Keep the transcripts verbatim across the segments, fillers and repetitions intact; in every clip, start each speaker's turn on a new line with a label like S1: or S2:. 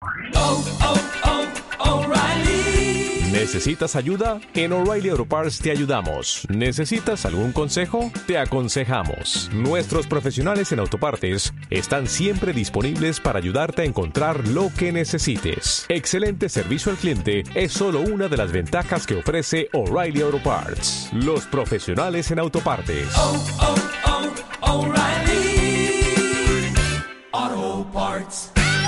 S1: Oh, oh, oh, O'Reilly.
S2: ¿Necesitas ayuda? En O'Reilly Auto Parts te ayudamos. ¿Necesitas algún consejo? Te aconsejamos. Nuestros profesionales en autopartes están siempre disponibles para ayudarte a encontrar lo que necesites. Excelente servicio al cliente es solo una de las ventajas que ofrece O'Reilly Auto Parts. Los profesionales en autopartes.
S1: Oh, oh, oh, O'Reilly Auto Parts.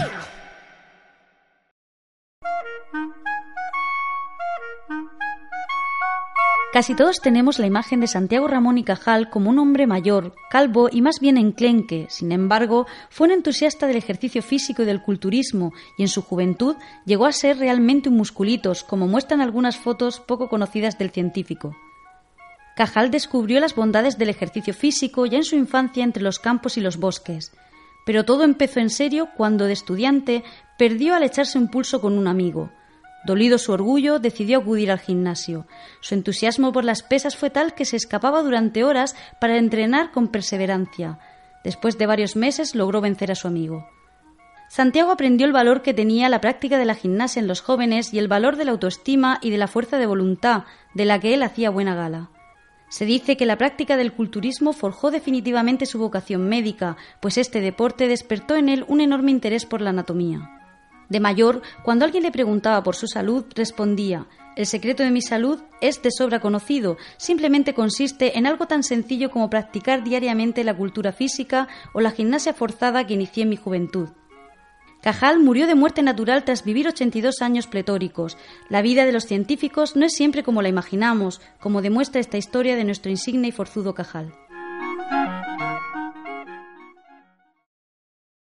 S3: Casi todos tenemos la imagen de Santiago Ramón y Cajal como un hombre mayor, calvo y más bien enclenque. Sin embargo, fue un entusiasta del ejercicio físico y del culturismo, y en su juventud llegó a ser realmente un musculitos, como muestran algunas fotos poco conocidas del científico. Cajal descubrió las bondades del ejercicio físico ya en su infancia entre los campos y los bosques. Pero todo empezó en serio cuando, de estudiante, perdió al echarse un pulso con un amigo. Dolido su orgullo, decidió acudir al gimnasio. Su entusiasmo por las pesas fue tal que se escapaba durante horas para entrenar con perseverancia. Después de varios meses logró vencer a su amigo. Santiago aprendió el valor que tenía la práctica de la gimnasia en los jóvenes y el valor de la autoestima y de la fuerza de voluntad, de la que él hacía buena gala. Se dice que la práctica del culturismo forjó definitivamente su vocación médica, pues este deporte despertó en él un enorme interés por la anatomía. De mayor, cuando alguien le preguntaba por su salud, respondía: «El secreto de mi salud es de sobra conocido, simplemente consiste en algo tan sencillo como practicar diariamente la cultura física o la gimnasia forzada que inicié en mi juventud». Cajal murió de muerte natural tras vivir ochenta y dos años pletóricos. La vida de los científicos no es siempre como la imaginamos, como demuestra esta historia de nuestro insigne y forzudo Cajal.